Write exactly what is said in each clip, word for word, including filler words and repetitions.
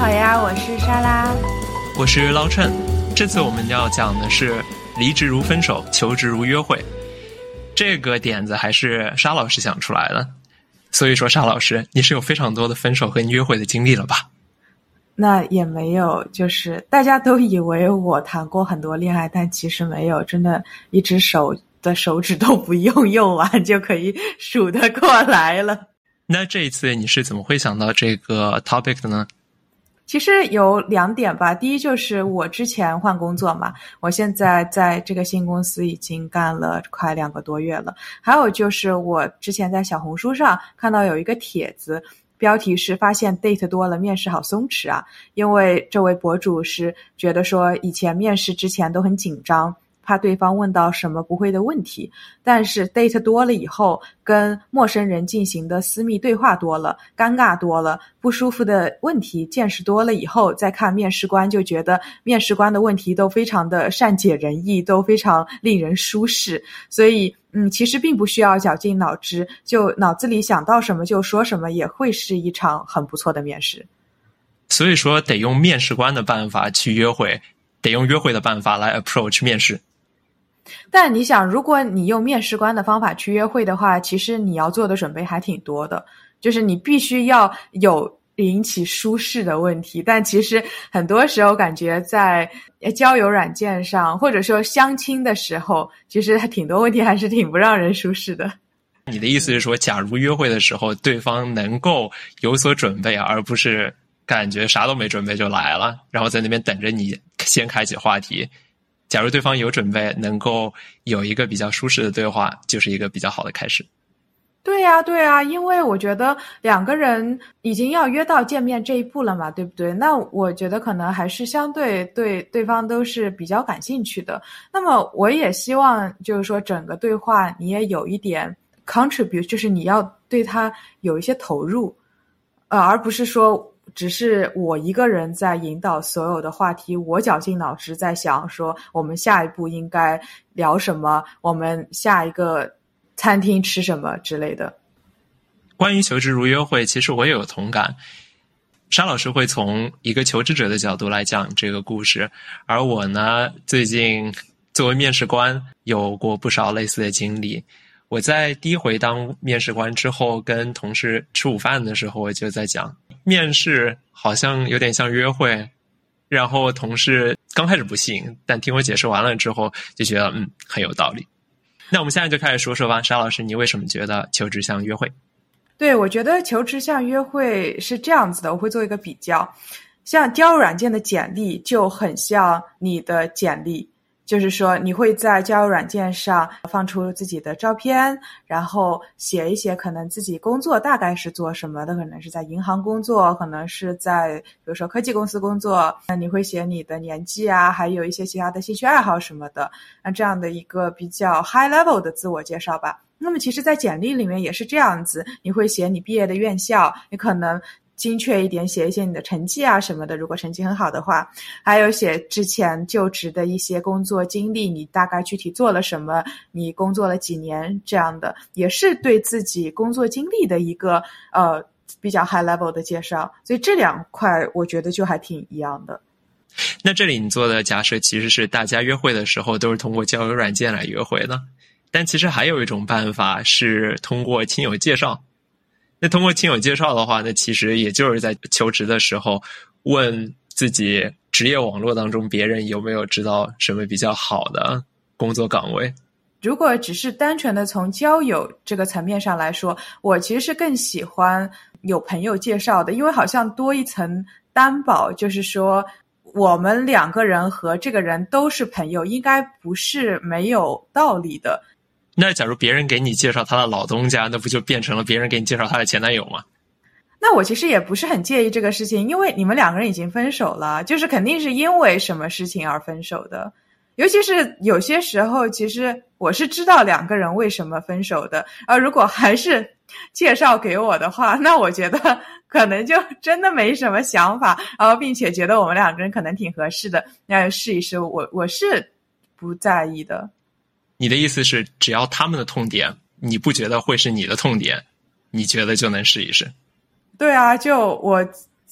好呀，我是莎拉， 我是捞趁。这次我们要讲的是离职如分手，求职如约会。这个点子还是沙老师想出来的，所以说沙老师，你是有非常多的分手和约会的经历了吧？ 那也没有，就是大家都以为我谈过很多恋爱，但其实没有，真的一只手的手指都不用用完就可以数得过来了。 那这一次你是怎么会想到这个 topic 的呢？ 其实有两点吧，第一就是我之前换工作嘛，我现在在这个新公司已经干了快两个多月了。还有就是我之前在小红书上看到有一个帖子，标题是发现 date 多了面试好松弛啊，因为这位博主是觉得说以前面试之前都很紧张，怕对方问到什么不会的问题，但是 date 多了以后，跟陌生人进行的私密对话多了，尴尬多了，不舒服的问题见识多了以后，再看面试官就觉得面试官的问题都非常的善解人意，都非常令人舒适。所以嗯，其实并不需要绞尽脑汁，就脑子里想到什么就说什么，也会是一场很不错的面试。 所以说得用面试官的办法去约会，得用约会的办法来 approach 面试。 但你想，如果你用面试官的方法去约会的话，其实你要做的准备还挺多的，就是你必须要有引起舒适的问题，但其实很多时候感觉在交友软件上或者说相亲的时候，其实挺多问题还是挺不让人舒适的。 你的意思是说，假如约会的时候对方能够有所准备，而不是感觉啥都没准备就来了，然后在那边等着你先开启话题，假如对方有准备，能够有一个比较舒适的对话，就是一个比较好的开始。 对呀，对呀，因为我觉得两个人已经要约到见面这一步了嘛，对不对？那我觉得可能还是相对对对方都是比较感兴趣的。那么我也希望就是说整个对话你也有一点 contribute， 就是你要对他有一些投入，呃，而不是说只是我一个人在引导所有的话题，我绞尽脑汁在想说我们下一步应该聊什么，我们下一个餐厅吃什么之类的。 关于求职如约会，其实我也有同感。沙老师会从一个求职者的角度来讲这个故事，而我呢，最近作为面试官有过不少类似的经历。我在第一回当面试官之后，跟同事吃午饭的时候，我就在讲，面试好像有点像约会。然后同事刚开始不信，但听我解释完了之后，就觉得嗯很有道理。那我们现在就开始说说吧，沙老师，你为什么觉得求职像约会？ 对，我觉得求职像约会是这样子的，我会做一个比较。像交友软件的简历就很像你的简历，就是说你会在交友软件上放出自己的照片，然后写一写可能自己工作大概是做什么的，可能是在银行工作，可能是在比如说科技公司工作，那你会写你的年纪啊，还有一些其他的兴趣爱好什么的，那这样的一个比较 high level 的自我介绍吧。那么其实在简历里面也是这样子，你会写你毕业的院校，你可能精确一点写一些你的成绩啊什么的，如果成绩很好的话，还有写之前就职的一些工作经历，你大概具体做了什么，你工作了几年，这样的也是对自己工作经历的一个呃比较 high level 的介绍，所以这两块我觉得就还挺一样的。 那这里你做的假设其实是大家约会的时候都是通过交友软件来约会的，但其实还有一种办法是通过亲友介绍。那通过亲友介绍的话，那其实也就是在求职的时候问自己职业网络当中别人有没有知道什么比较好的工作岗位。 如果只是单纯的从交友这个层面上来说，我其实是更喜欢有朋友介绍的，因为好像多一层担保，就是说我们两个人和这个人都是朋友，应该不是没有道理的。 那假如别人给你介绍他的老东家，那不就变成了别人给你介绍他的前男友吗？ 那我其实也不是很介意这个事情，因为你们两个人已经分手了，就是肯定是因为什么事情而分手的。尤其是有些时候，其实我是知道两个人为什么分手的，而如果还是介绍给我的话，那我觉得可能就真的没什么想法，然后并且觉得我们两个人可能挺合适的，那试一试，我我是不在意的。 你的意思是只要他们的痛点你不觉得会是你的痛点，你觉得就能试一试？ 对啊，就我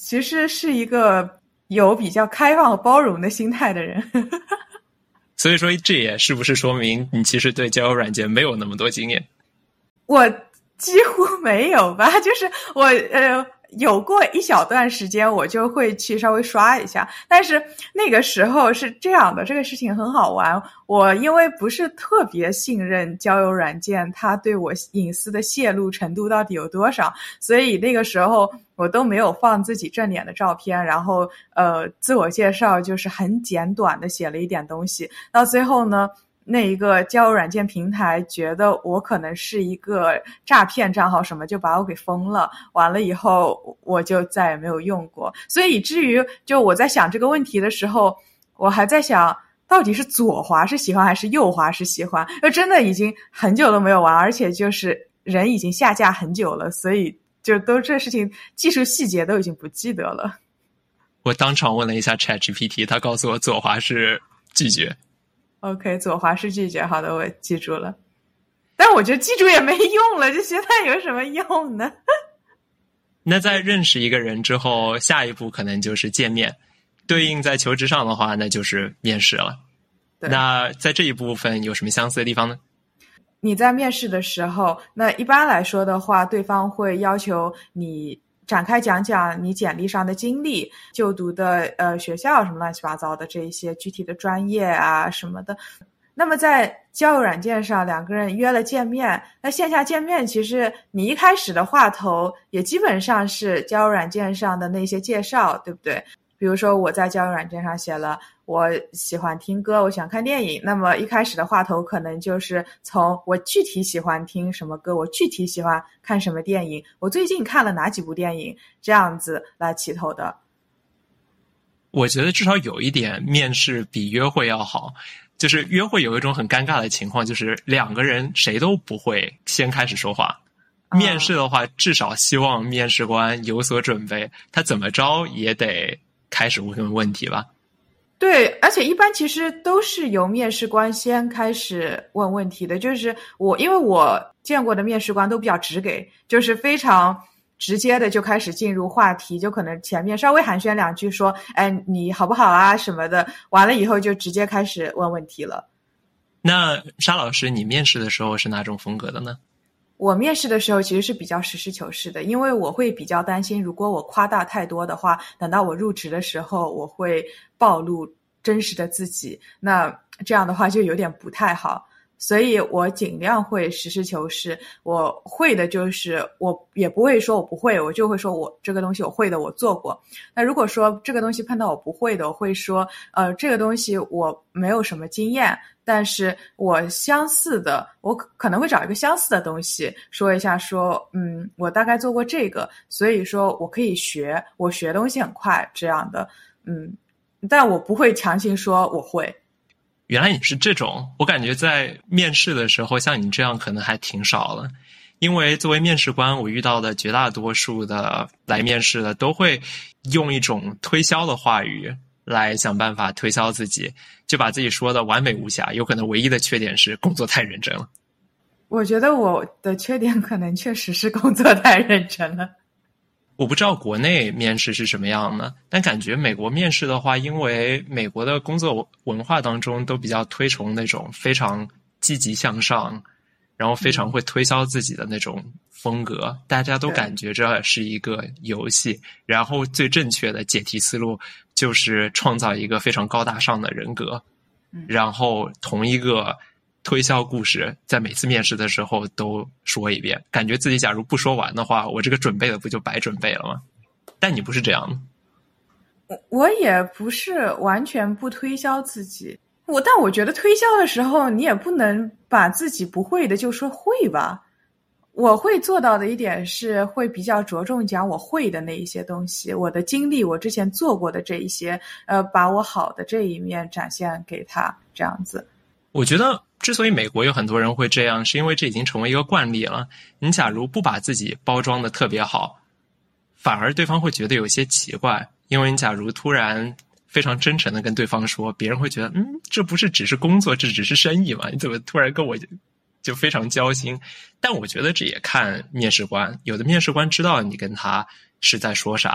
其实是一个有比较开放和包容的心态的人。 所以说这也是不是说明你其实对交友软件没有那么多经验？ 我几乎没有吧，就是我呃有过一小段时间我就会去稍微刷一下，但是那个时候是这样的，这个事情很好玩，我因为不是特别信任交友软件它对我隐私的泄露程度到底有多少，所以那个时候我都没有放自己正脸的照片，然后呃自我介绍就是很简短的写了一点东西，到最后呢那一个交友软件平台觉得我可能是一个诈骗账号什么，就把我给封了，完了以后我就再也没有用过。所以以至于就我在想这个问题的时候，我还在想到底是左滑是喜欢还是右滑是喜欢，因为真的已经很久都没有玩，而且就是人已经下架很久了，所以就都这事情技术细节都已经不记得了。 我当场问了一下 ChatGPT， 他告诉我左滑是拒绝。 OK， 左滑是拒绝，好的，我记住了。但我觉得记住也没用了，这现在有什么用呢？ 那在认识一个人之后，下一步可能就是见面，对应在求职上的话，那就是面试了。那在这一部分有什么相似的地方呢？ 你在面试的时候，那一般来说的话，对方会要求你展开讲讲你简历上的经历，就读的呃学校什么乱七八糟的这一些具体的专业啊什么的。那么在交友软件上两个人约了见面，那线下见面其实你一开始的话头也基本上是交友软件上的那些介绍，对不对？比如说我在交友软件上写了我喜欢听歌，我喜欢看电影，那么一开始的话头可能就是从我具体喜欢听什么歌，我具体喜欢看什么电影，我最近看了哪几部电影，这样子来起头的。 我觉得至少有一点面试比约会要好，就是约会有一种很尴尬的情况，就是两个人谁都不会先开始说话。面试的话至少希望面试官有所准备，他怎么着也得开始问问题吧。 对，而且一般其实都是由面试官先开始问问题的，就是我因为我见过的面试官都比较直给，就是非常直接的就开始进入话题，就可能前面稍微寒暄两句说哎你好不好啊什么的，完了以后就直接开始问问题了。 那沙老师你面试的时候是哪种风格的呢？ 我面试的时候其实是比较实事求是的，因为我会比较担心如果我夸大太多的话，等到我入职的时候我会暴露真实的自己，那这样的话就有点不太好，所以我尽量会实事求是。我会的就是我也不会说我不会，我就会说我这个东西我会的，我做过。那如果说这个东西碰到我不会的，我会说呃，这个东西我没有什么经验，但是我相似的我可能会找一个相似的东西说一下，说嗯我大概做过这个，所以说我可以学，我学东西很快这样的。嗯，但我不会强行说我会。 原来你是这种，我感觉在面试的时候像你这样可能还挺少了。因为作为面试官，我遇到的绝大多数的来面试的都会用一种推销的话语来想办法推销自己，就把自己说的完美无瑕，有可能唯一的缺点是工作太认真了。 我觉得我的缺点可能确实是工作太认真了。 我不知道国内面试是什么样的，但感觉美国面试的话，因为美国的工作文化当中都比较推崇那种非常积极向上，然后非常会推销自己的那种风格，嗯、大家都感觉这是一个游戏，然后最正确的解题思路就是创造一个非常高大上的人格， 嗯、 然后同一个推销故事在每次面试的时候都说一遍，感觉自己假如不说完的话，我这个准备的不就白准备了吗？但你不是这样的。 我也不是完全不推销自己，我但我觉得推销的时候你也不能把自己不会的就说会吧。我会做到的一点是会比较着重讲我会的那一些东西，我的经历，我之前做过的这一些，呃，把我好的这一面展现给他，这样子。 我觉得之所以美国有很多人会这样，是因为这已经成为一个惯例了。你假如不把自己包装的特别好，反而对方会觉得有些奇怪。因为你假如突然非常真诚的跟对方说，别人会觉得嗯，这不是只是工作，这只是生意嘛，你怎么突然跟我就非常交心。但我觉得这也看面试官，有的面试官知道你跟他是在说啥，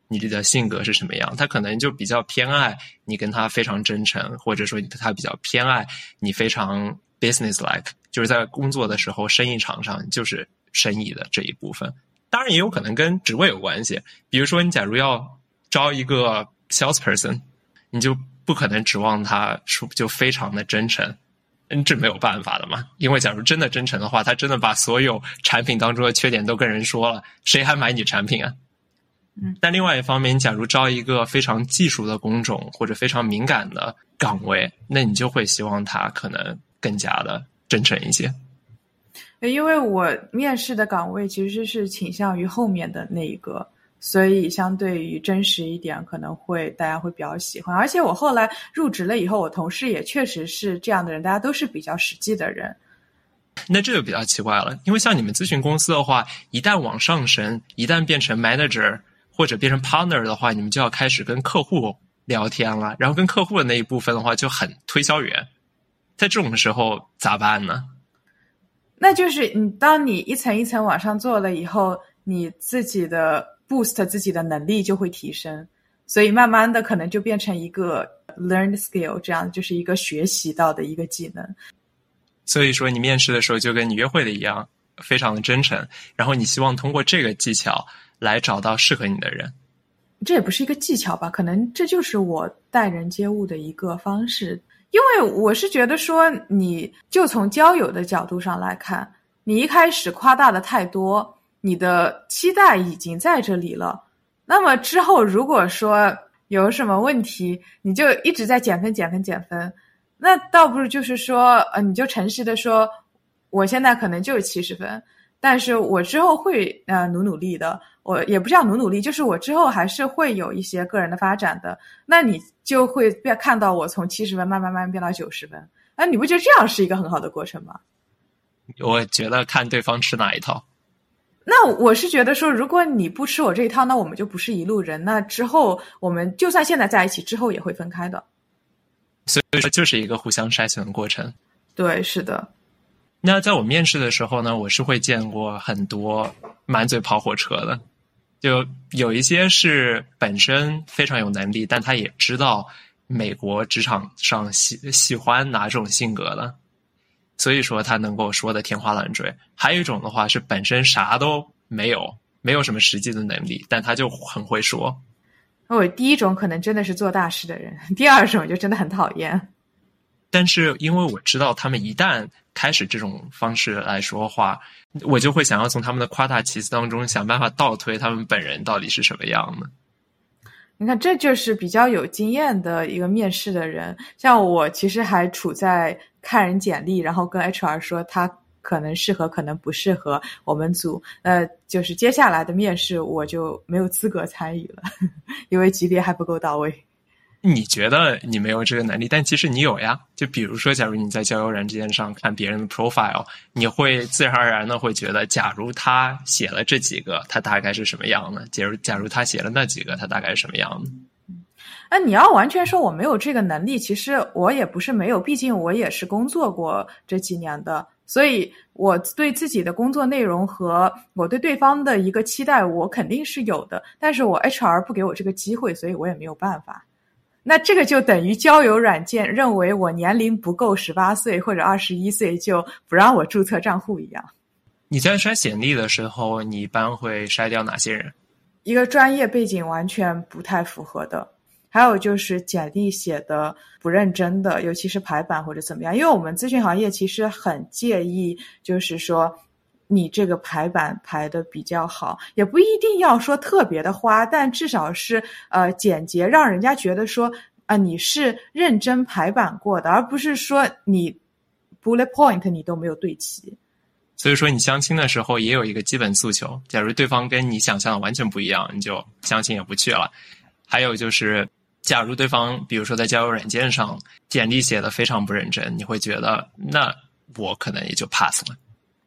你的性格是什么样，他可能就比较偏爱你跟他非常真诚，或者说他比较偏爱你非常 business-like， 就是在工作的时候生意场上就是生意的这一部分。当然也有可能跟职位有关系，比如说你假如要招一个 salesperson， 你就不可能指望他就非常的真诚，嗯，这没有办法的嘛。因为假如真的真诚的话，他真的把所有产品当中的缺点都跟人说了，谁还买你产品啊？ 嗯， 但另外一方面，你假如招一个非常技术的工种或者非常敏感的岗位，那你就会希望他可能更加的真诚一些。 因为我面试的岗位其实是倾向于后面的那一个，所以相对于真实一点，可能会大家会比较喜欢。而且我后来入职了以后，我同事也确实是这样的人，大家都是比较实际的人。 那这就比较奇怪了，因为像你们咨询公司的话，一旦往上升，一旦变成 manager 或者变成 partner 的话，你们就要开始跟客户聊天了，然后跟客户的那一部分的话就很推销员，在这种时候咋办呢？ 那就是你当你一层一层往上做了以后，你自己的 boost 自己的能力就会提升，所以慢慢的可能就变成一个 learned skill， 这样就是一个学习到的一个技能。 所以说你面试的时候就跟你约会的一样，非常的真诚，然后你希望通过这个技巧来找到适合你的人。 这也不是一个技巧吧，可能这就是我待人接物的一个方式。因为我是觉得说，你就从交友的角度上来看，你一开始夸大的太多，你的期待已经在这里了，那么之后如果说有什么问题，你就一直在减分减分减分，那倒不如就是说呃，你就诚实的说，我现在可能就有七十分，但是我之后会呃努努力的，我也不叫努努力，就是我之后还是会有一些个人的发展的，那你就会看到我从七十分慢慢慢慢变到九十分，那你不觉得这样是一个很好的过程吗？ 我觉得看对方吃哪一套。 那我是觉得说，如果你不吃我这一套，那我们就不是一路人，那之后我们就算现在在一起，之后也会分开的。 所以说就是一个互相筛选的过程。 对，是的。 那在我面试的时候呢，我是会见过很多满嘴跑火车的，就有一些是本身非常有能力，但他也知道美国职场上喜喜欢哪种性格的，所以说他能够说的天花乱坠。还有一种的话是本身啥都没有，没有什么实际的能力，但他就很会说。 我第一种可能真的是做大事的人，第二种就真的很讨厌。 但是因为我知道他们一旦开始这种方式来说话，我就会想要从他们的夸大其词当中想办法倒推他们本人到底是什么样的。 你看，这就是比较有经验的一个面试的人。像我其实还处在看人简历，然后跟 H R 说他可能适合可能不适合我们组，呃，就是接下来的面试我就没有资格参与了，因为级别还不够到位。 你觉得你没有这个能力，但其实你有呀。就比如说假如你在交友软件上看别人的 profile， 你会自然而然的会觉得，假如他写了这几个他大概是什么样的，假如假如他写了那几个他大概是什么样的。 那你要完全说我没有这个能力，其实我也不是没有，毕竟我也是工作过这几年的，所以我对自己的工作内容和我对对方的一个期待我肯定是有的，但是我 H R 不给我这个机会，所以我也没有办法。那这个就等于交友软件认为我年龄不够十八岁或者二十一岁就不让我注册账户一样。 你在筛简历的时候，你一般会筛掉哪些人？ 一个专业背景完全不太符合的，还有就是简历写的不认真的，尤其是排版或者怎么样，因为我们咨询行业其实很介意，就是说你这个排版排的比较好，也不一定要说特别的花，但至少是呃简洁，让人家觉得说啊、呃、你是认真排版过的，而不是说你 bullet point 你都没有对齐。 所以说你相亲的时候也有一个基本诉求，假如对方跟你想象的完全不一样，你就相亲也不去了。还有就是假如对方比如说在交友软件上简历写的非常不认真，你会觉得那我可能也就 pass 了。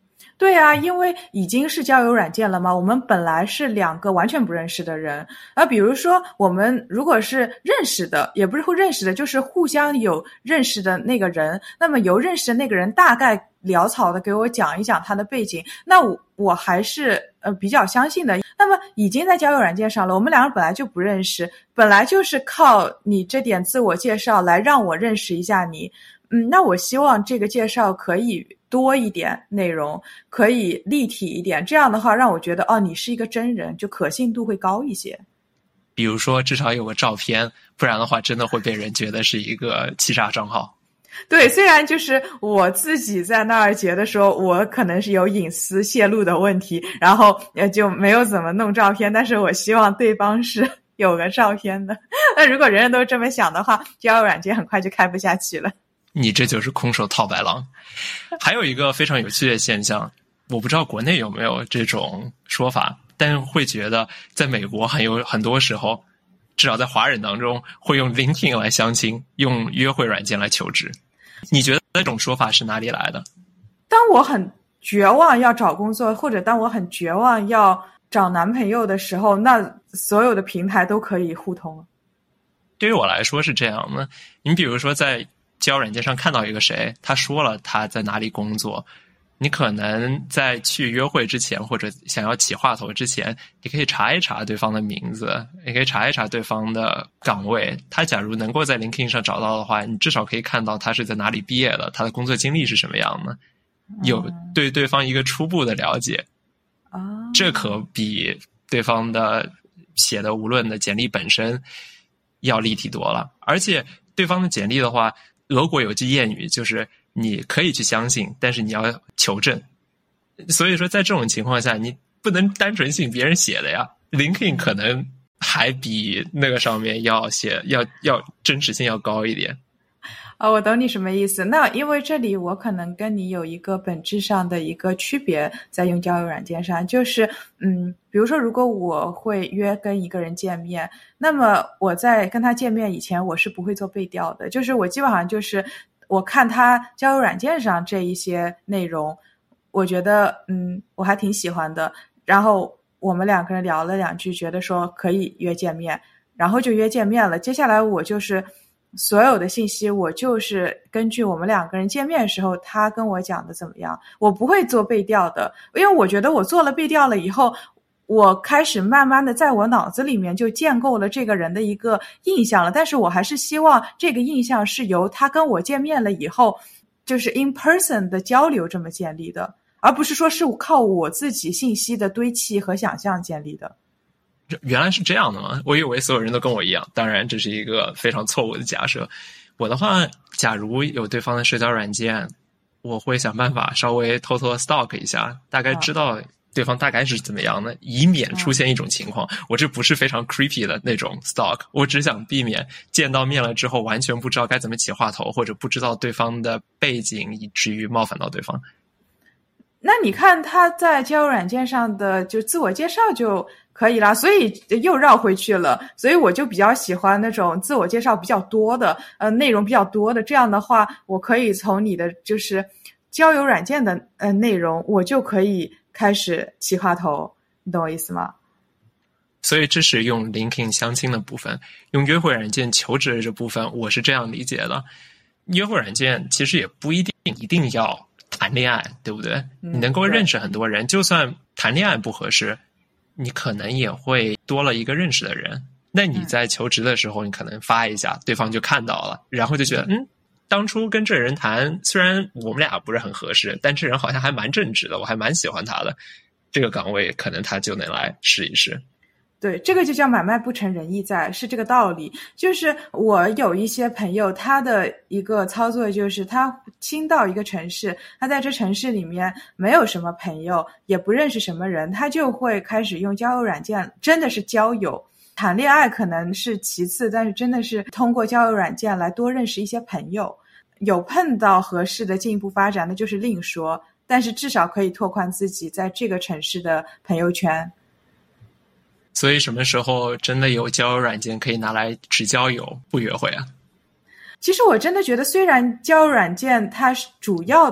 对啊，因为已经是交友软件了嘛，我们本来是两个完全不认识的人。而比如说我们如果是认识的，也不是互认识的，就是互相有认识的那个人，那么由认识的那个人大概潦草的给我讲一讲他的背景，那我我还是呃比较相信的。那么已经在交友软件上了，我们两个本来就不认识，本来就是靠你这点自我介绍来让我认识一下你。嗯，那我希望这个介绍可以多一点内容，可以立体一点，这样的话让我觉得哦，你是一个真人，就可信度会高一些。 比如说至少有个照片，不然的话真的会被人觉得是一个欺诈账号。 对，虽然就是我自己在那儿觉得说我可能是有隐私泄露的问题，然后也就没有怎么弄照片，但是我希望对方是有个照片的。那如果人人都这么想的话，交友软件很快就开不下去了。 你这就是空手套白狼。还有一个非常有趣的现象，我不知道国内有没有这种说法，但会觉得在美国很有很多时候，至少在华人当中会用 LinkedIn 来相亲，用约会软件来求职。你觉得这种说法是哪里来的？ 当我很绝望要找工作，或者当我很绝望要找男朋友的时候，那所有的平台都可以互通。 对于我来说是这样的，你比如说在交友软件上看到一个谁，他说了他在哪里工作，你可能在去约会之前或者想要起话头之前，你可以查一查对方的名字，也可以查一查对方的岗位。他假如能够在 LinkedIn 上找到的话，你至少可以看到他是在哪里毕业的，他的工作经历是什么样的，有对对方一个初步的了解。这可比对方的写的无论的简历本身要立体多了。而且对方的简历的话，俄国有句谚语，就是你可以去相信，但是你要求证。所以说在这种情况下，你不能单纯信别人写的呀。LinkedIn 可能还比那个上面要写要要真实性要高一点。 哦，我懂你什么意思。那因为这里我可能跟你有一个本质上的一个区别，在用交友软件上，就是嗯，比如说如果我会约跟一个人见面，那么我在跟他见面以前，我是不会做背调的，就是我基本上就是我看他交友软件上这一些内容，我觉得嗯我还挺喜欢的，然后我们两个人聊了两句，觉得说可以约见面，然后就约见面了。接下来我就是所有的信息，我就是根据我们两个人见面的时候他跟我讲的怎么样，我不会做背调的。因为我觉得我做了背调了以后，我开始慢慢的在我脑子里面就建构了这个人的一个印象了，但是我还是希望这个印象是由他跟我见面了以后，就是 in person 的交流这么建立的，而不是说是靠我自己信息的堆砌和想象建立的。 原来是这样的吗？我以为所有人都跟我一样，当然这是一个非常错误的假设。我的话，假如有对方的社交软件，我会想办法稍微偷偷的 stalk 一下，大概知道对方大概是怎么样的，以免出现一种情况，我这不是非常 creepy 的那种 stalk， 我只想避免见到面了之后完全不知道该怎么起话头，或者不知道对方的背景，以至于冒犯到对方。 那你看他在交友软件上的就自我介绍就可以啦，所以又绕回去了。所以我就比较喜欢那种自我介绍比较多的，呃，内容比较多的。这样的话，我可以从你的就是交友软件的呃内容，我就可以开始起话头，你懂我意思吗？ 所以这是用 LinkedIn 相亲的部分，用约会软件求职的这部分，我是这样理解的。约会软件其实也不一定一定要谈恋爱，对不对？ 嗯、 你能够认识很多人，就算谈恋爱不合适，你可能也会多了一个认识的人。那你在求职的时候，你可能发一下，对方就看到了，然后就觉得嗯，当初跟这人谈，虽然我们俩不是很合适，但这人好像还蛮正直的，我还蛮喜欢他的，这个岗位可能他就能来试一试。 对，这个就叫买卖不成仁义在，是这个道理。就是我有一些朋友，他的一个操作就是他新到一个城市，他在这城市里面没有什么朋友，也不认识什么人，他就会开始用交友软件，真的是交友。谈恋爱可能是其次，但是真的是通过交友软件来多认识一些朋友。有碰到合适的进一步发展，那就是另说，但是至少可以拓宽自己在这个城市的朋友圈。 所以什么时候真的有交友软件可以拿来只交友不约会啊？ 其实我真的觉得，虽然交友软件它主要的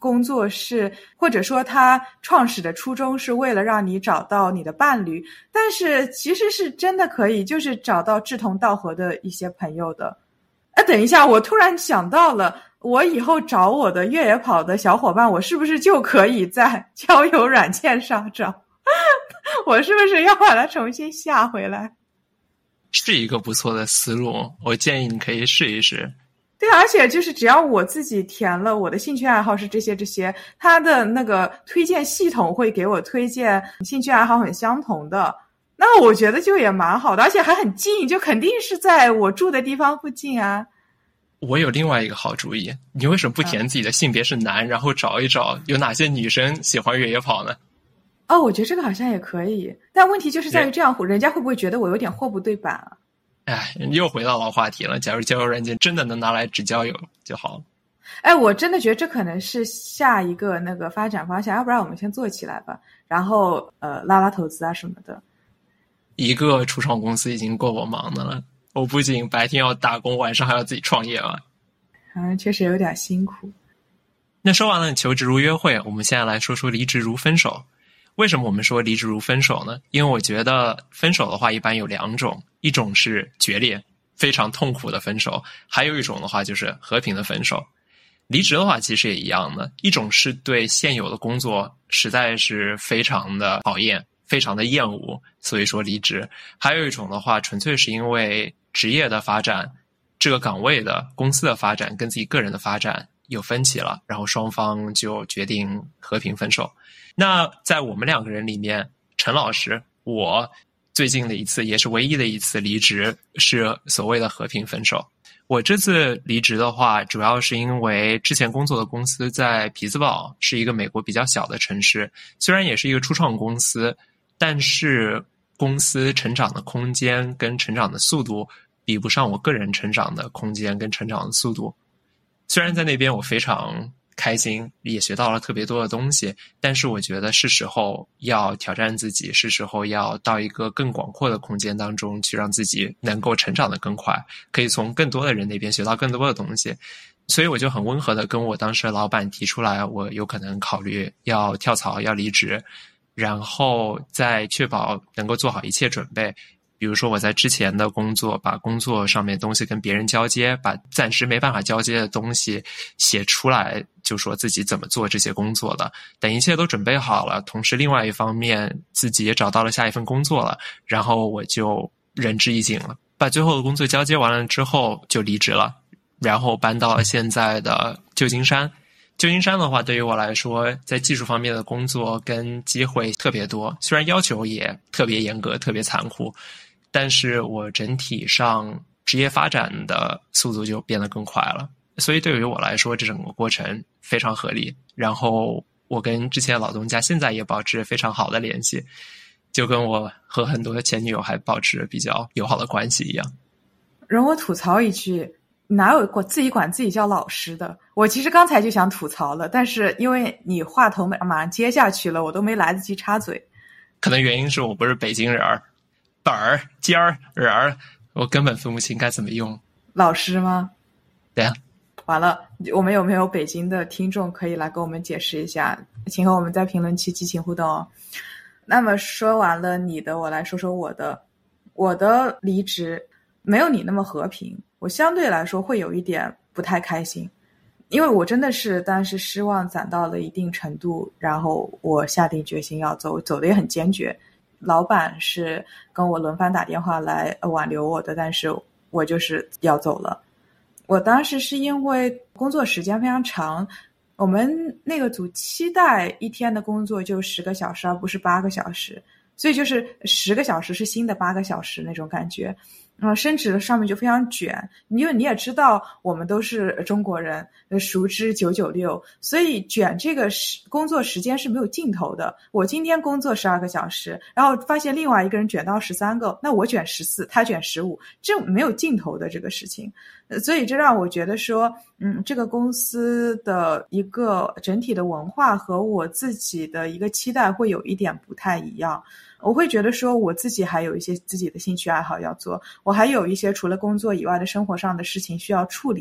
工作是，或者说他创始的初衷是为了让你找到你的伴侣，但是其实是真的可以就是找到志同道合的一些朋友的。哎，等一下，我突然想到了，我以后找我的越野跑的小伙伴，我是不是就可以在交友软件上找？我是不是要把它重新下回来？ 是一个不错的思路，我建议你可以试一试。 对，而且就是只要我自己填了我的兴趣爱好是这些这些，它的那个推荐系统会给我推荐兴趣爱好很相同的，那我觉得就也蛮好的，而且还很近，就肯定是在我住的地方附近啊。 我有另外一个好主意，你为什么不填自己的性别是男、嗯、然后找一找有哪些女生喜欢越野跑呢？ 哦，我觉得这个好像也可以，但问题就是在于这样人家会不会觉得我有点货不对版啊？ 哎，又回到老话题了，假如交友软件真的能拿来只交友就好了。 哎，我真的觉得这可能是下一个那个发展方向，要不然我们先做起来吧，然后呃拉拉投资啊什么的。 一个初创公司已经够我忙的了，我不仅白天要打工，晚上还要自己创业啊。 嗯，确实有点辛苦。 那说完了求职如约会，我们现在来说说离职如分手。为什么我们说离职如分手呢？因为我觉得分手的话一般有两种，一种是决裂，非常痛苦的分手，还有一种的话就是和平的分手。离职的话其实也一样的，一种是对现有的工作实在是非常的讨厌，非常的厌恶，所以说离职。还有一种的话纯粹是因为职业的发展，这个岗位的公司的发展跟自己个人的发展有分歧了，然后双方就决定和平分手。那在我们两个人里面，陈老师我最近的一次也是唯一的一次离职是所谓的和平分手。我这次离职的话主要是因为之前工作的公司在匹兹堡，是一个美国比较小的城市，虽然也是一个初创公司，但是公司成长的空间跟成长的速度比不上我个人成长的空间跟成长的速度。虽然在那边我非常开心，也学到了特别多的东西，但是我觉得是时候要挑战自己，是时候要到一个更广阔的空间当中去，让自己能够成长得更快，可以从更多的人那边学到更多的东西。所以我就很温和的跟我当时的老板提出来，我有可能考虑要跳槽，要离职，然后再确保能够做好一切准备。比如说我在之前的工作，把工作上面东西跟别人交接，把暂时没办法交接的东西写出来，就说自己怎么做这些工作的。等一切都准备好了，同时另外一方面自己也找到了下一份工作了，然后我就仁至义尽了，把最后的工作交接完了之后就离职了，然后搬到了现在的旧金山。旧金山的话对于我来说，在技术方面的工作跟机会特别多，虽然要求也特别严格特别残酷，但是我整体上职业发展的速度就变得更快了，所以对于我来说这整个过程非常合理。然后我跟之前的老东家现在也保持非常好的联系，就跟我和很多的前女友还保持比较友好的关系一样。 容我吐槽一句，哪有我自己管自己叫老师的？我其实刚才就想吐槽了，但是因为你话头马上接下去了，我都没来得及插嘴。 可能原因是我不是北京人儿，本儿尖儿人儿，我根本分不清该怎么用。 老师吗？ 对啊。 完了，我们有没有北京的听众可以来给我们解释一下？请和我们在评论区激情互动哦。那么说完了你的，我来说说我的。我的离职没有你那么和平，我相对来说会有一点不太开心，因为我真的是当时失望攒到了一定程度，然后我下定决心要走，走的也很坚决。老板是跟我轮番打电话来挽留我的，但是我就是要走了。我当时是因为工作时间非常长，我们那个组期待一天的工作就十个小时，而不是八个小时，所以就是十个小时是新的八个小时那种感觉。嗯，升职上面就非常卷，因为你也知道我们都是中国人，熟知九九六，所以卷这个工作时间是没有尽头的。我今天工作十二个小时，然后发现另外一个人卷到十三个，那我卷十四，他卷十五，这没有尽头的这个事情。所以这让我觉得说，嗯，这个公司的一个整体的文化和我自己的一个期待会有一点不太一样。我会觉得说我自己还有一些自己的兴趣爱好要做，我还有一些除了工作以外的生活上的事情需要处理，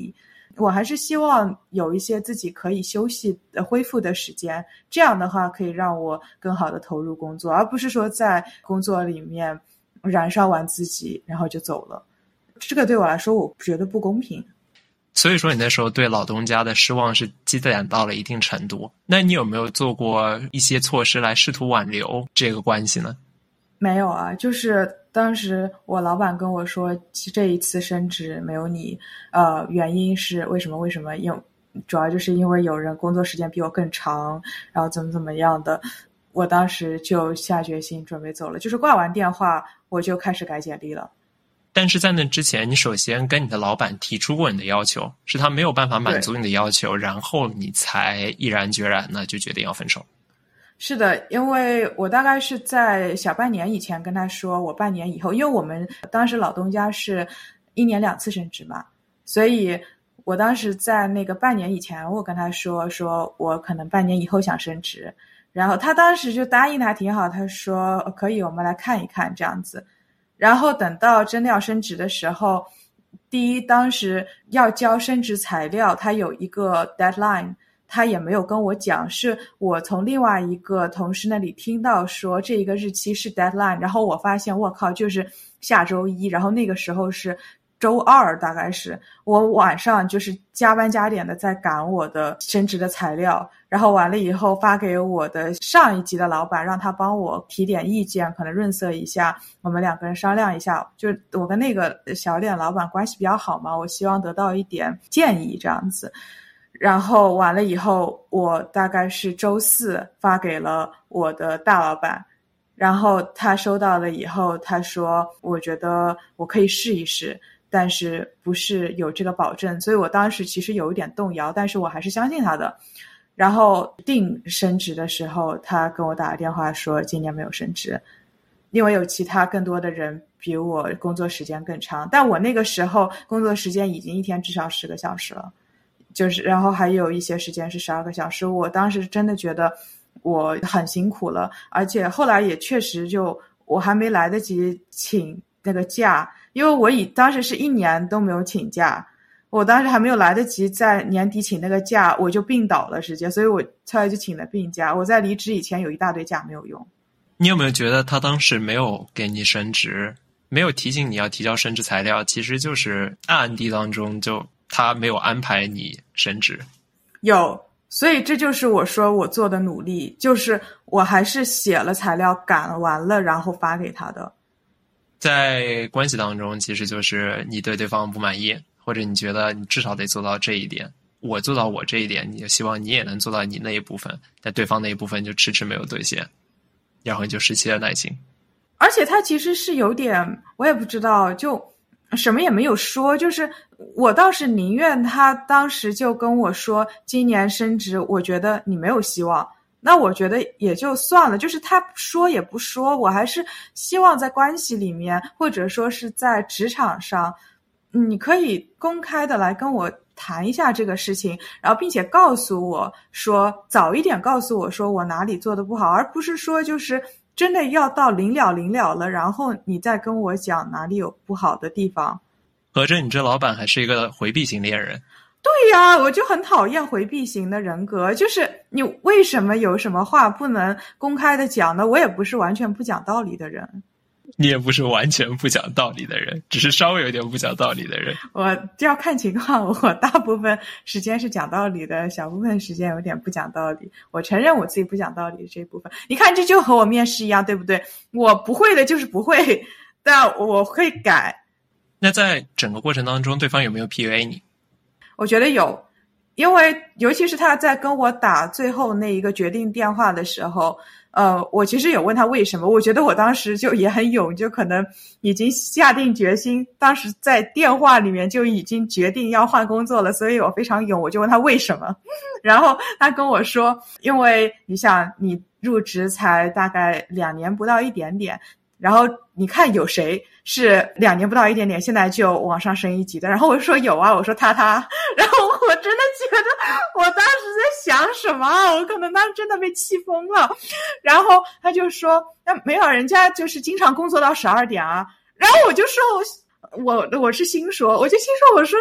我还是希望有一些自己可以休息的恢复的时间，这样的话可以让我更好的投入工作，而不是说在工作里面燃烧完自己然后就走了。这个对我来说我觉得不公平。 所以说你那时候对老东家的失望是积攒到了一定程度，那你有没有做过一些措施来试图挽留这个关系呢？ 没有啊，就是当时我老板跟我说这一次升职没有你，呃，原因是为什么为什么，因主要就是因为有人工作时间比我更长，然后怎么怎么样的，我当时就下决心准备走了，就是挂完电话我就开始改简历了。 但是在那之前，你首先跟你的老板提出过你的要求，是他没有办法满足你的要求，然后你才毅然决然的就决定要分手。 是的，因为我大概是在小半年以前跟他说我半年以后，因为我们当时老东家是一年两次升职嘛，所以我当时在那个半年以前我跟他说说我可能半年以后想升职，然后他当时就答应的还挺好，他说可以，我们来看一看这样子。然后等到真的要升职的时候，第一当时要交升职材料，他有一个 deadline， 他也没有跟我讲，是我从另外一个同事那里听到说这一个日期是 deadline， 然后我发现我靠就是下周一，然后那个时候是周二，大概是我晚上就是加班加点的在赶我的升职的材料，然后完了以后发给我的上一级的老板，让他帮我提点意见，可能润色一下，我们两个人商量一下，就我跟那个小店老板关系比较好嘛，我希望得到一点建议这样子。然后完了以后我大概是周四发给了我的大老板，然后他收到了以后他说我觉得我可以试一试，但是不是有这个保证，所以我当时其实有一点动摇，但是我还是相信他的。然后定升职的时候他跟我打了电话说今年没有升职，因为有其他更多的人比我工作时间更长，但我那个时候工作时间已经一天至少十个小时了，就是然后还有一些时间是十二个小时，我当时真的觉得我很辛苦了，而且后来也确实就我还没来得及请那个假，因为我以当时是一年都没有请假，我当时还没有来得及在年底请那个假，我就病倒了直接，所以我后来就请了病假，我在离职以前有一大堆假没有用。 你有没有觉得他当时没有给你升职，没有提醒你要提交升职材料，其实就是暗地当中就他没有安排你升职？ 有，所以这就是我说我做的努力，就是我还是写了材料赶完了然后发给他的。 在关系当中其实就是你对对方不满意，或者你觉得你至少得做到这一点，我做到我这一点，你就希望你也能做到你那一部分，但对方那一部分就迟迟没有兑现，然后你就失去了耐心。 而且他其实是有点我也不知道，就什么也没有说，就是我倒是宁愿他当时就跟我说今年升职我觉得你没有希望，那我觉得也就算了，就是他说也不说，我还是希望在关系里面或者说是在职场上你可以公开的来跟我谈一下这个事情，然后并且告诉我说早一点告诉我说我哪里做的不好，而不是说就是真的要到临了临了了然后你再跟我讲哪里有不好的地方。 合着你这老板还是一个回避型恋人。 对呀，我就很讨厌回避型的人格，就是你为什么有什么话不能公开的讲呢？我也不是完全不讲道理的人。 你也不是完全不讲道理的人，只是稍微有点不讲道理的人。 我就要看情况，我大部分时间是讲道理的，小部分时间有点不讲道理。我承认我自己不讲道理的这一部分。你看，这就和我面试一样，对不对？我不会的就是不会，但我会改。 那在整个过程当中，对方有没有 P U A 你？ 我觉得有，因为尤其是他在跟我打最后那一个决定电话的时候，呃，我其实有问他为什么，我觉得我当时就也很勇，就可能已经下定决心，当时在电话里面就已经决定要换工作了，所以我非常勇，我就问他为什么，然后他跟我说，因为你想你入职才大概两年不到一点点，然后你看有谁是两年不到一点点现在就往上升一级的，然后我就说有啊，我说他他，然后我真的觉得我当时在想什么，我可能当时真的被气疯了，然后他就说那没有，人家就是经常工作到十二点啊，然后我就说我我我是心说，我就心说我说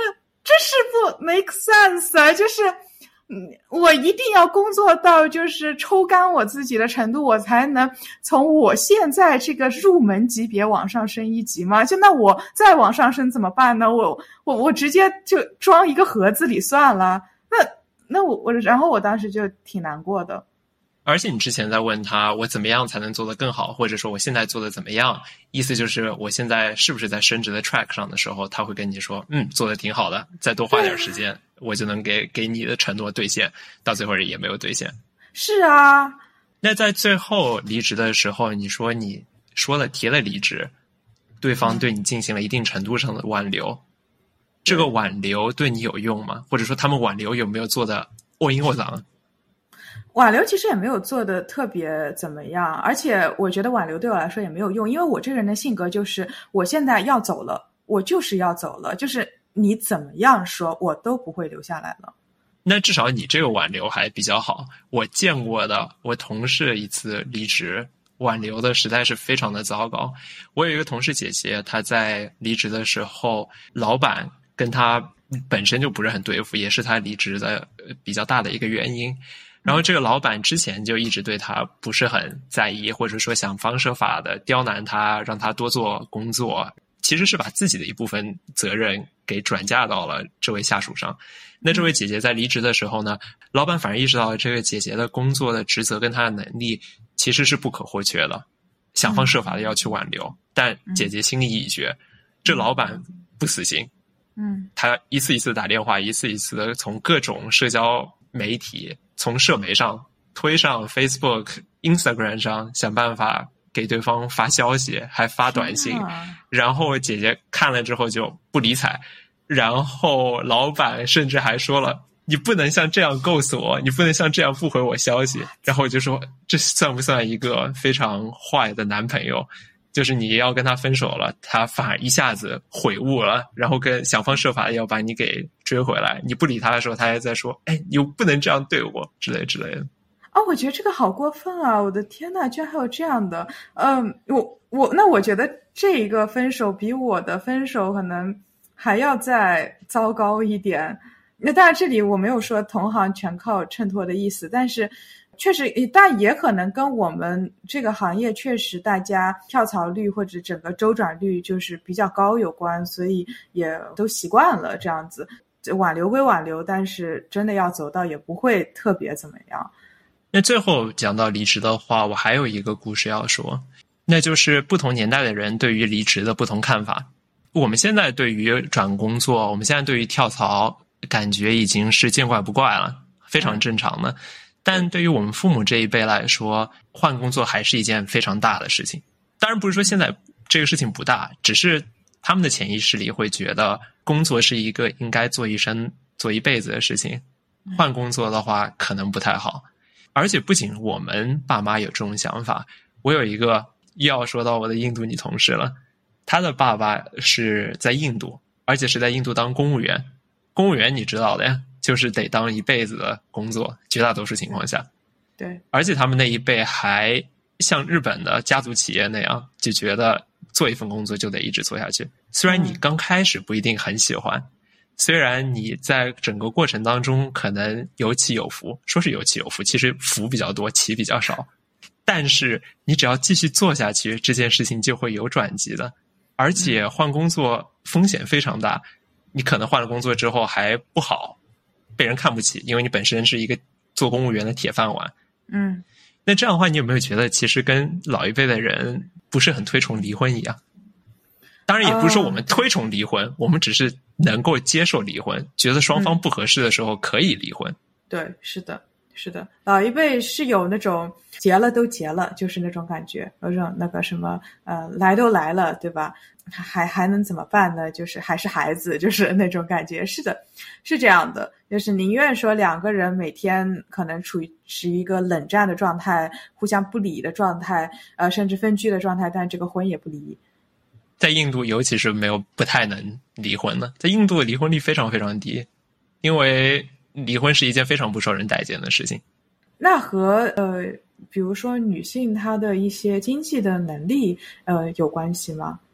这是不 make sense 啊，就是嗯，我一定要工作到就是抽干我自己的程度，我才能从我现在这个入门级别往上升一级吗？就那我再往上升怎么办呢？我我我直接就装一个盒子里算了。那那我我然后我当时就挺难过的。 而且你之前在问他我怎么样才能做得更好，或者说我现在做的怎么样，意思就是我现在是不是在升职的 track 上的时候，他会跟你说嗯，做得挺好的，再多花点时间我就能给给你的承诺兑现，到最后也没有兑现。 是啊。 那在最后离职的时候，你说你说了提了离职，对方对你进行了一定程度上的挽留、嗯、这个挽留对你有用吗？或者说他们挽留有没有做的 all in all out？ 挽留其实也没有做的特别怎么样，而且我觉得挽留对我来说也没有用，因为我这个人的性格就是我现在要走了，我就是要走了，就是你怎么样说我都不会留下来了。 那至少你这个挽留还比较好，我见过的我同事一次离职挽留的实在是非常的糟糕。我有一个同事姐姐，她在离职的时候，老板跟她本身就不是很对付，也是她离职的比较大的一个原因。然后这个老板之前就一直对他不是很在意，或者说想方设法的刁难他，让他多做工作，其实是把自己的一部分责任给转嫁到了这位下属上。那这位姐姐在离职的时候呢，老板反而意识到这个姐姐的工作的职责跟她的能力其实是不可或缺的，想方设法的要去挽留，但姐姐心里已决，这老板不死心。 嗯， 他一次一次打电话，一次一次的从各种社交媒体，从社媒上推上 Facebook、Instagram 上想办法给对方发消息，还发短信，然后姐姐看了之后就不理睬，然后老板甚至还说了你不能像这样 ghost 我，你不能像这样不回我消息，然后我就说这算不算一个非常坏的男朋友，就是你要跟他分手了，他反而一下子悔悟了，然后跟想方设法要把你给追回来，你不理他的时候他还在说哎，你不能这样对我之类之类的。 哦，我觉得这个好过分啊，我的天哪，居然还有这样的。嗯，我我那我觉得这一个分手比我的分手可能还要再糟糕一点。那当然这里我没有说同行全靠衬托的意思，但是确实但也可能跟我们这个行业确实大家跳槽率或者整个周转率就是比较高有关，所以也都习惯了这样子。挽留归挽留，但是真的要走到也不会特别怎么样。 那最后讲到离职的话，我还有一个故事要说，那就是不同年代的人对于离职的不同看法。我们现在对于转工作，我们现在对于跳槽感觉已经是见怪不怪了，非常正常的。但对于我们父母这一辈来说，换工作还是一件非常大的事情。当然不是说现在这个事情不大，只是他们的潜意识里会觉得工作是一个应该做一生做一辈子的事情，换工作的话可能不太好。而且不仅我们爸妈有这种想法，我有一个又要说到我的印度女同事了，她的爸爸是在印度，而且是在印度当公务员。公务员你知道的呀，就是得当一辈子的工作，绝大多数情况下。 对， 而且他们那一辈还像日本的家族企业那样，就觉得做一份工作就得一直做下去。虽然你刚开始不一定很喜欢，虽然你在整个过程当中可能有起有伏，说是有起有伏，其实伏比较多，起比较少，但是你只要继续做下去，这件事情就会有转机的。而且换工作风险非常大，你可能换了工作之后还不好，被人看不起，因为你本身是一个做公务员的铁饭碗。 嗯， 那这样的话，你有没有觉得其实跟老一辈的人不是很推崇离婚一样？当然也不是说我们推崇离婚，哦，我们只是能够接受离婚，觉得双方不合适的时候可以离婚。嗯， 对，是的，是的，老一辈是有那种结了都结了，就是那种感觉，有种那个什么呃，来都来了，对吧？还还能怎么办呢？就是还是孩子，就是那种感觉。是的，是这样的，就是宁愿说两个人每天可能处于是一个冷战的状态，互相不理的状态，呃，甚至分居的状态，但这个婚也不离。 在印度尤其是没有不太能离婚的，在印度的离婚率非常非常低，因为离婚是一件非常不受人待见的事情。 那和呃，比如说女性她的一些经济的能力呃有关系吗？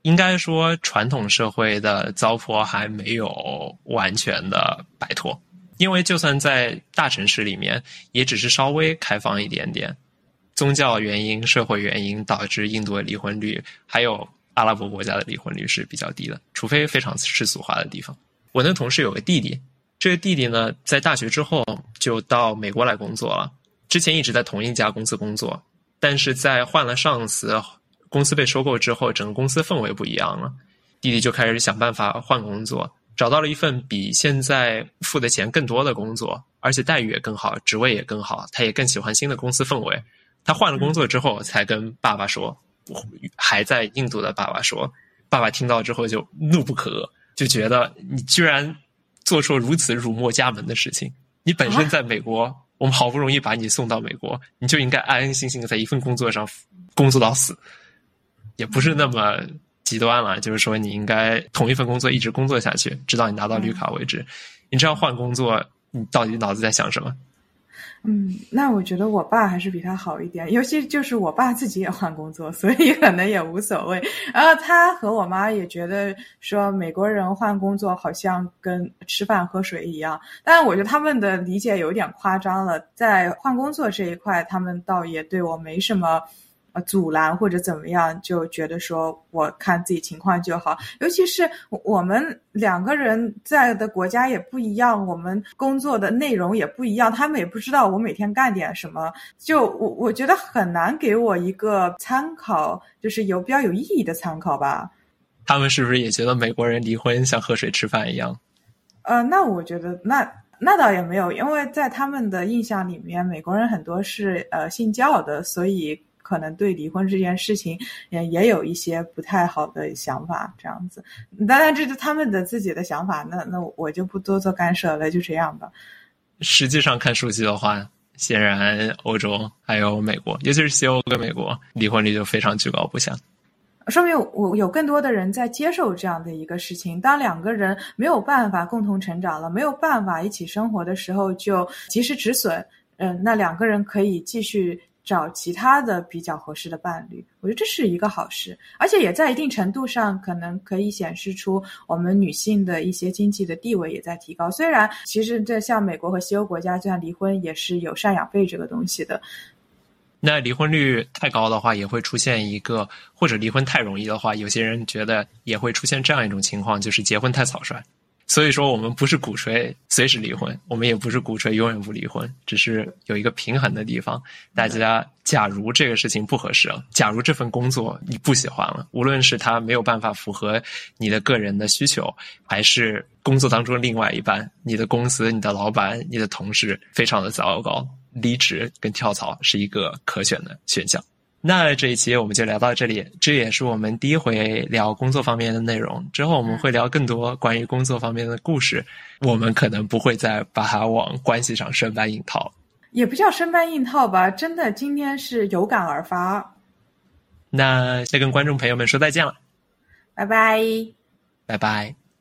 应该说传统社会的糟粕还没有完全的摆脱，因为就算在大城市里面，也只是稍微开放一点点。宗教原因、社会原因导致印度的离婚率，还有阿拉伯国家的离婚率是比较低的，除非非常世俗化的地方。我那同事有个弟弟，这个弟弟呢，在大学之后就到美国来工作了，之前一直在同一家公司工作，但是在换了上司，公司被收购之后，整个公司氛围不一样了，弟弟就开始想办法换工作，找到了一份比现在付的钱更多的工作，而且待遇也更好，职位也更好，他也更喜欢新的公司氛围。他换了工作之后才跟爸爸说，还在印度的爸爸说，爸爸听到之后就怒不可遏，就觉得你居然做出如此辱没家门的事情，你本身在美国、啊、我们好不容易把你送到美国，你就应该安安心心的在一份工作上工作到死，也不是那么极端了，就是说你应该同一份工作一直工作下去，直到你拿到绿卡为止。你这样换工作，你到底脑子在想什么？ 嗯，那我觉得我爸还是比他好一点，尤其就是我爸自己也换工作，所以可能也无所谓。然后他和我妈也觉得说美国人换工作好像跟吃饭喝水一样，但是我觉得他们的理解有点夸张了，在换工作这一块他们倒也对我没什么呃，阻拦或者怎么样，就觉得说我看自己情况就好。尤其是我们两个人在的国家也不一样，我们工作的内容也不一样，他们也不知道我每天干点什么，就我我觉得很难给我一个参考，就是有比较有意义的参考吧。 他们是不是也觉得美国人离婚像喝水吃饭一样？ 呃，那我觉得那那倒也没有，因为在他们的印象里面，美国人很多是呃信教的，所以可能对离婚这件事情也也有一些不太好的想法，这样子。当然这是他们的自己的想法，那那我就不多做干涉了，就这样吧。 实际上看数据的话，显然欧洲还有美国，尤其是西欧跟美国，离婚率就非常居高不下。 说明我有更多的人在接受这样的一个事情。当两个人没有办法共同成长了，没有办法一起生活的时候，就及时止损。嗯，那两个人可以继续找其他的比较合适的伴侣，我觉得这是一个好事，而且也在一定程度上可能可以显示出我们女性的一些经济的地位也在提高。虽然其实这像美国和西欧国家，就像离婚也是有赡养费这个东西的。 那离婚率太高的话，也会出现一个，或者离婚太容易的话，有些人觉得也会出现这样一种情况，就是结婚太草率。所以说我们不是鼓吹随时离婚，我们也不是鼓吹永远不离婚，只是有一个平衡的地方。大家假如这个事情不合适了，假如这份工作你不喜欢了，无论是它没有办法符合你的个人的需求，还是工作当中另外一半，你的公司、你的老板、你的同事非常的糟糕，离职跟跳槽是一个可选的选项。那这一期我们就聊到这里，这也是我们第一回聊工作方面的内容，之后我们会聊更多关于工作方面的故事，我们可能不会再把它往关系上生搬硬套， 也不叫生搬硬套吧，真的今天是有感而发。 那再跟观众朋友们说再见了， 拜拜， 拜拜。